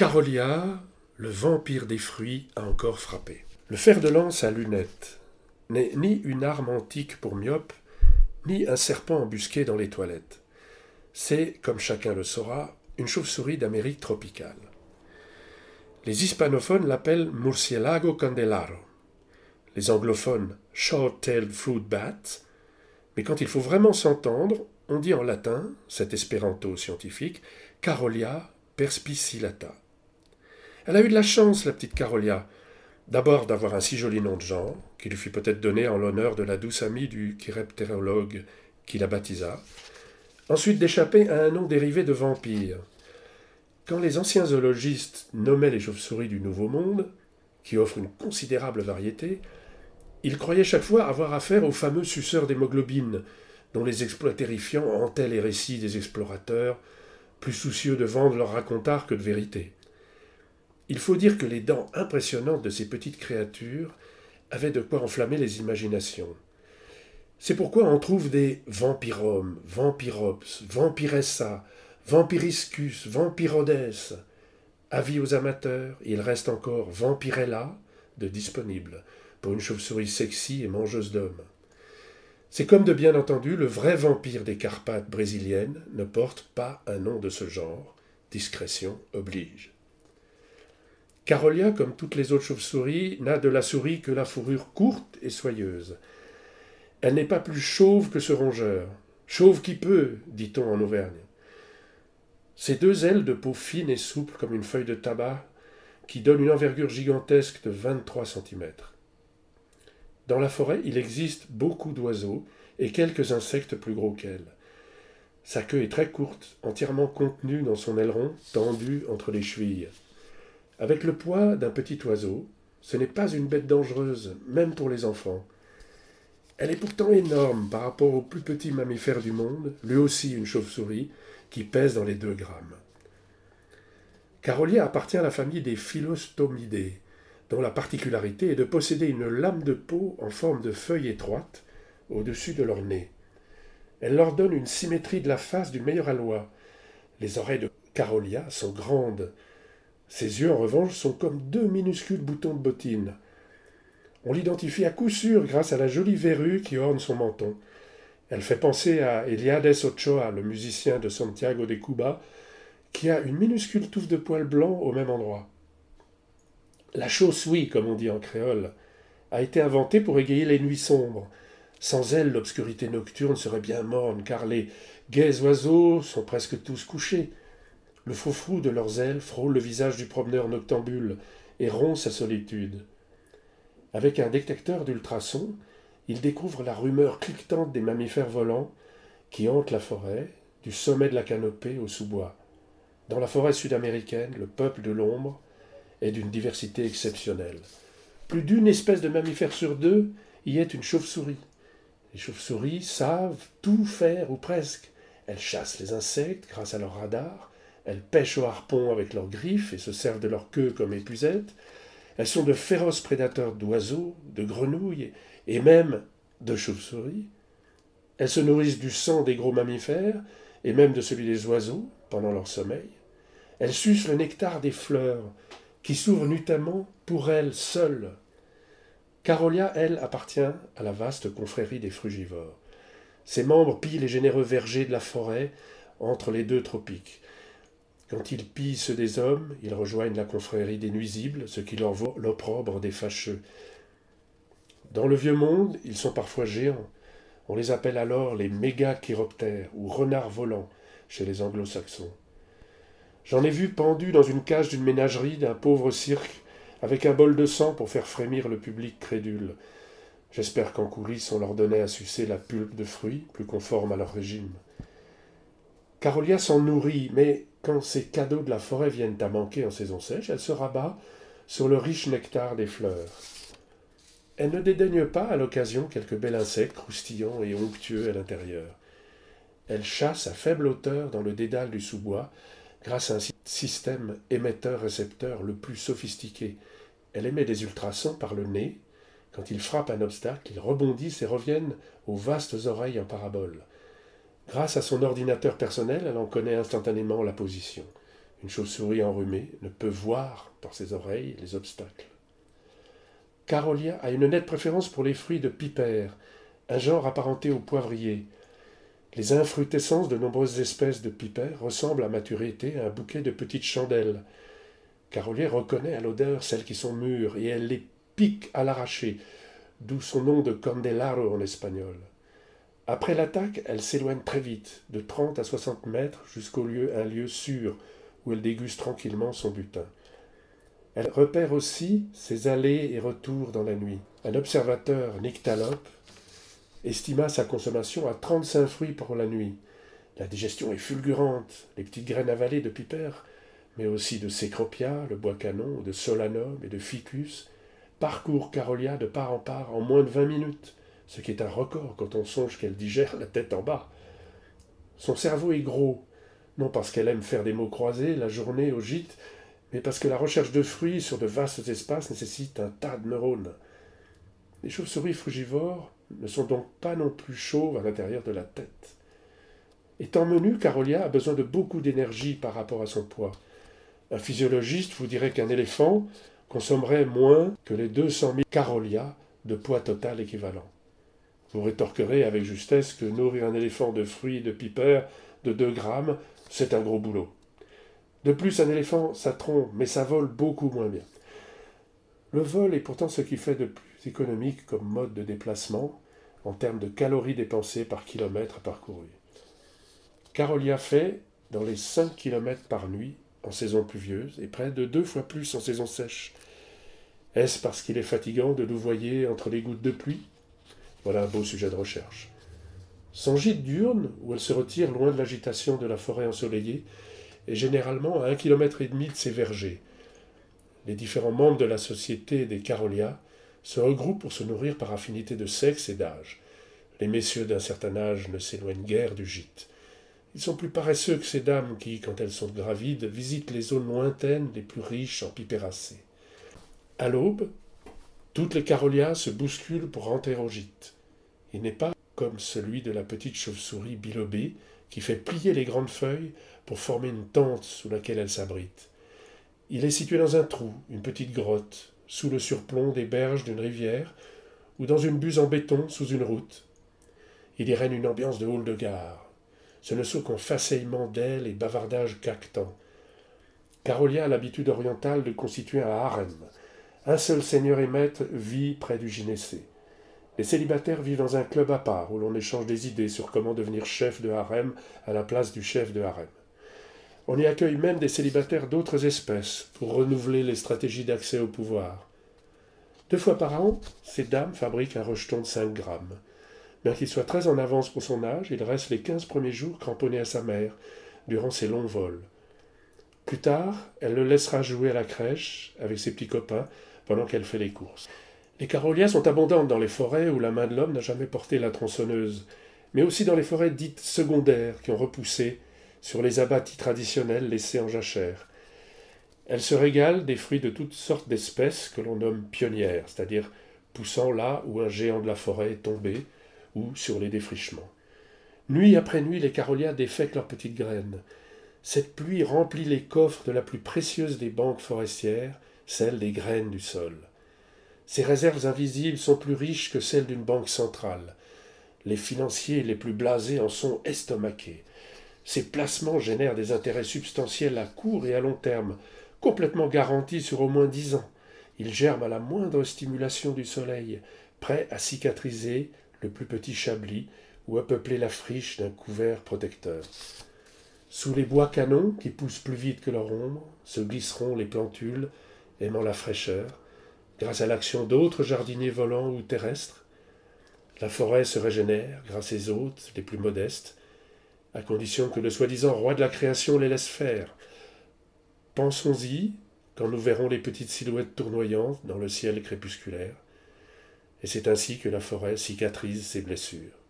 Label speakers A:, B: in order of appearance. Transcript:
A: Carolia, le vampire des fruits, a encore frappé. Le fer de lance à lunettes n'est ni une arme antique pour myopes, ni un serpent embusqué dans les toilettes. C'est, comme chacun le saura, une chauve-souris d'Amérique tropicale. Les hispanophones l'appellent Murcielago candelaro. Les anglophones Short-tailed fruit bat. Mais quand il faut vraiment s'entendre, on dit en latin, cet espéranto scientifique, Carolia perspicillata. Elle a eu de la chance, la petite Carolia, d'abord d'avoir un si joli nom de genre, qui lui fut peut-être donné en l'honneur de la douce amie du chiroptérologue qui la baptisa, ensuite d'échapper à un nom dérivé de vampire. Quand les anciens zoologistes nommaient les chauves-souris du Nouveau Monde, qui offrent une considérable variété, ils croyaient chaque fois avoir affaire aux fameux suceurs d'hémoglobine, dont les exploits terrifiants hantaient les récits des explorateurs, plus soucieux de vendre leur racontard que de vérité. Il faut dire que les dents impressionnantes de ces petites créatures avaient de quoi enflammer les imaginations. C'est pourquoi on trouve des vampiromes, vampirops, vampiressa, vampiriscus, vampirodes. Avis aux amateurs, il reste encore vampirella de disponible, pour une chauve-souris sexy et mangeuse d'hommes. C'est comme de bien entendu, le vrai vampire des Carpates brésiliennes ne porte pas un nom de ce genre. Discrétion oblige. Carolia, comme toutes les autres chauves-souris, n'a de la souris que la fourrure courte et soyeuse. Elle n'est pas plus chauve que ce rongeur. Chauve qui peut, dit-on en Auvergne. Ses deux ailes de peau fine et souple comme une feuille de tabac, qui donnent une envergure gigantesque de 23 cm. Dans la forêt, il existe beaucoup d'oiseaux et quelques insectes plus gros qu'elle. Sa queue est très courte, entièrement contenue dans son aileron, tendu entre les chevilles. Avec le poids d'un petit oiseau, ce n'est pas une bête dangereuse, même pour les enfants. Elle est pourtant énorme par rapport au plus petit mammifère du monde, lui aussi une chauve-souris, qui pèse dans les 2 grammes. Carolia appartient à la famille des Philostomidés, dont la particularité est de posséder une lame de peau en forme de feuille étroite au-dessus de leur nez. Elle leur donne une symétrie de la face du meilleur aloi. Les oreilles de Carolia sont grandes. Ses yeux, en revanche, sont comme 2 minuscules boutons de bottines. On l'identifie à coup sûr grâce à la jolie verrue qui orne son menton. Elle fait penser à Eliades Ochoa, le musicien de Santiago de Cuba, qui a une minuscule touffe de poils blancs au même endroit. La chauve-souris, comme on dit en créole, a été inventée pour égayer les nuits sombres. Sans elle, l'obscurité nocturne serait bien morne, car les gais oiseaux sont presque tous couchés. Le froufrou de leurs ailes frôle le visage du promeneur noctambule et rompt sa solitude. Avec un détecteur d'ultrasons, il découvre la rumeur cliquetante des mammifères volants qui hantent la forêt, du sommet de la canopée au sous-bois. Dans la forêt sud-américaine, le peuple de l'ombre est d'une diversité exceptionnelle. Plus d'une espèce de mammifère sur 2 y est une chauve-souris. Les chauves-souris savent tout faire, ou presque. Elles chassent les insectes grâce à leur radar, elles pêchent au harpon avec leurs griffes et se servent de leur queue comme épuisette. Elles sont de féroces prédateurs d'oiseaux, de grenouilles et même de chauves-souris. Elles se nourrissent du sang des gros mammifères et même de celui des oiseaux pendant leur sommeil. Elles sucent le nectar des fleurs qui s'ouvrent nuitamment pour elles seules. Carolia, elle, appartient à la vaste confrérie des frugivores. Ses membres pillent les généreux vergers de la forêt entre les 2 tropiques. Quand ils pillent ceux des hommes, ils rejoignent la confrérie des nuisibles, ce qui leur vaut l'opprobre des fâcheux. Dans le vieux monde, ils sont parfois géants. On les appelle alors les mégachiroptères ou renards volants chez les anglo-saxons. J'en ai vu pendus dans une cage d'une ménagerie d'un pauvre cirque, avec un bol de sang pour faire frémir le public crédule. J'espère qu'en coulisses on leur donnait à sucer la pulpe de fruits, plus conforme à leur régime. Carolia s'en nourrit, mais quand ces cadeaux de la forêt viennent à manquer en saison sèche, elle se rabat sur le riche nectar des fleurs. Elle ne dédaigne pas à l'occasion quelques bel insectes croustillants et onctueux à l'intérieur. Elle chasse à faible hauteur dans le dédale du sous-bois, grâce à un système émetteur-récepteur le plus sophistiqué. Elle émet des ultrasons par le nez. Quand ils frappent un obstacle, ils rebondissent et reviennent aux vastes oreilles en parabole. Grâce à son ordinateur personnel, elle en connaît instantanément la position. Une chauve-souris enrhumée ne peut voir par ses oreilles les obstacles. Carolia a une nette préférence pour les fruits de piper, un genre apparenté au poivrier. Les infrutescences de nombreuses espèces de piper ressemblent à maturité à un bouquet de petites chandelles. Carolia reconnaît à l'odeur celles qui sont mûres et elle les pique à l'arraché, d'où son nom de candelaro en espagnol. Après l'attaque, elle s'éloigne très vite, de 30 à 60 mètres jusqu'au un lieu sûr, où elle déguste tranquillement son butin. Elle repère aussi ses allées et retours dans la nuit. Un observateur, nyctalope, estima sa consommation à 35 fruits pour la nuit. La digestion est fulgurante, les petites graines avalées de piper, mais aussi de cécropia, le bois canon, de solanum et de ficus, parcourent Carolia de part en part en moins de 20 minutes, ce qui est un record quand on songe qu'elle digère la tête en bas. Son cerveau est gros, non parce qu'elle aime faire des mots croisés la journée au gîte, mais parce que la recherche de fruits sur de vastes espaces nécessite un tas de neurones. Les chauves-souris frugivores ne sont donc pas non plus chauves à l'intérieur de la tête. Étant menue, Carolia a besoin de beaucoup d'énergie par rapport à son poids. Un physiologiste vous dirait qu'un éléphant consommerait moins que les 200 000 Carolia de poids total équivalent. Vous rétorquerez avec justesse que nourrir un éléphant de fruits de piper de 2 grammes, c'est un gros boulot. De plus, un éléphant, ça trompe, mais ça vole beaucoup moins bien. Le vol est pourtant ce qui fait de plus économique comme mode de déplacement en termes de calories dépensées par kilomètre parcouru. Carolia fait dans les 5 km par nuit en saison pluvieuse et près de 2 fois plus en saison sèche. Est-ce parce qu'il est fatigant de louvoyer entre les gouttes de pluie ? Voilà un beau sujet de recherche. Son gîte diurne, où elle se retire loin de l'agitation de la forêt ensoleillée, est généralement à 1,5 km de ses vergers. Les différents membres de la société des Carolia se regroupent pour se nourrir par affinité de sexe et d'âge. Les messieurs d'un certain âge ne s'éloignent guère du gîte. Ils sont plus paresseux que ces dames qui, quand elles sont gravides, visitent les zones lointaines les plus riches en pipéracées. À l'aube, toutes les Carolias se bousculent pour rentrer au gîte. Il n'est pas comme celui de la petite chauve-souris bilobée qui fait plier les grandes feuilles pour former une tente sous laquelle elle s'abrite. Il est situé dans un trou, une petite grotte, sous le surplomb des berges d'une rivière ou dans une buse en béton sous une route. Il y règne une ambiance de hall de gare. Ce ne sont qu'en façillement d'ailes et bavardages caquetants. Carolia a l'habitude orientale de constituer un harem. Un seul seigneur et maître vit près du gynécée. Les célibataires vivent dans un club à part où l'on échange des idées sur comment devenir chef de harem à la place du chef de harem. On y accueille même des célibataires d'autres espèces pour renouveler les stratégies d'accès au pouvoir. 2 fois par an, ces dames fabriquent un rejeton de 5 grammes. Bien qu'il soit très en avance pour son âge, il reste les 15 premiers jours cramponné à sa mère durant ses longs vols. Plus tard, elle le laissera jouer à la crèche avec ses petits copains pendant qu'elle fait les courses. Les Carolias sont abondantes dans les forêts où la main de l'homme n'a jamais porté la tronçonneuse, mais aussi dans les forêts dites secondaires qui ont repoussé sur les abattis traditionnels laissés en jachère. Elles se régalent des fruits de toutes sortes d'espèces que l'on nomme pionnières, c'est-à-dire poussant là où un géant de la forêt est tombé, ou sur les défrichements. Nuit après nuit, les Carolias défèquent leurs petites graines. Cette pluie remplit les coffres de la plus précieuse des banques forestières, celle des graines du sol. Ces réserves invisibles sont plus riches que celles d'une banque centrale. Les financiers les plus blasés en sont estomaqués. Ces placements génèrent des intérêts substantiels à court et à long terme, complètement garantis sur au moins 10 ans. Ils germent à la moindre stimulation du soleil, prêts à cicatriser le plus petit chablis ou à peupler la friche d'un couvert protecteur. Sous les bois canons, qui poussent plus vite que leur ombre, se glisseront les plantules, aimant la fraîcheur, grâce à l'action d'autres jardiniers volants ou terrestres. La forêt se régénère grâce aux hôtes les plus modestes, à condition que le soi-disant roi de la création les laisse faire. Pensons-y quand nous verrons les petites silhouettes tournoyantes dans le ciel crépusculaire, et c'est ainsi que la forêt cicatrise ses blessures.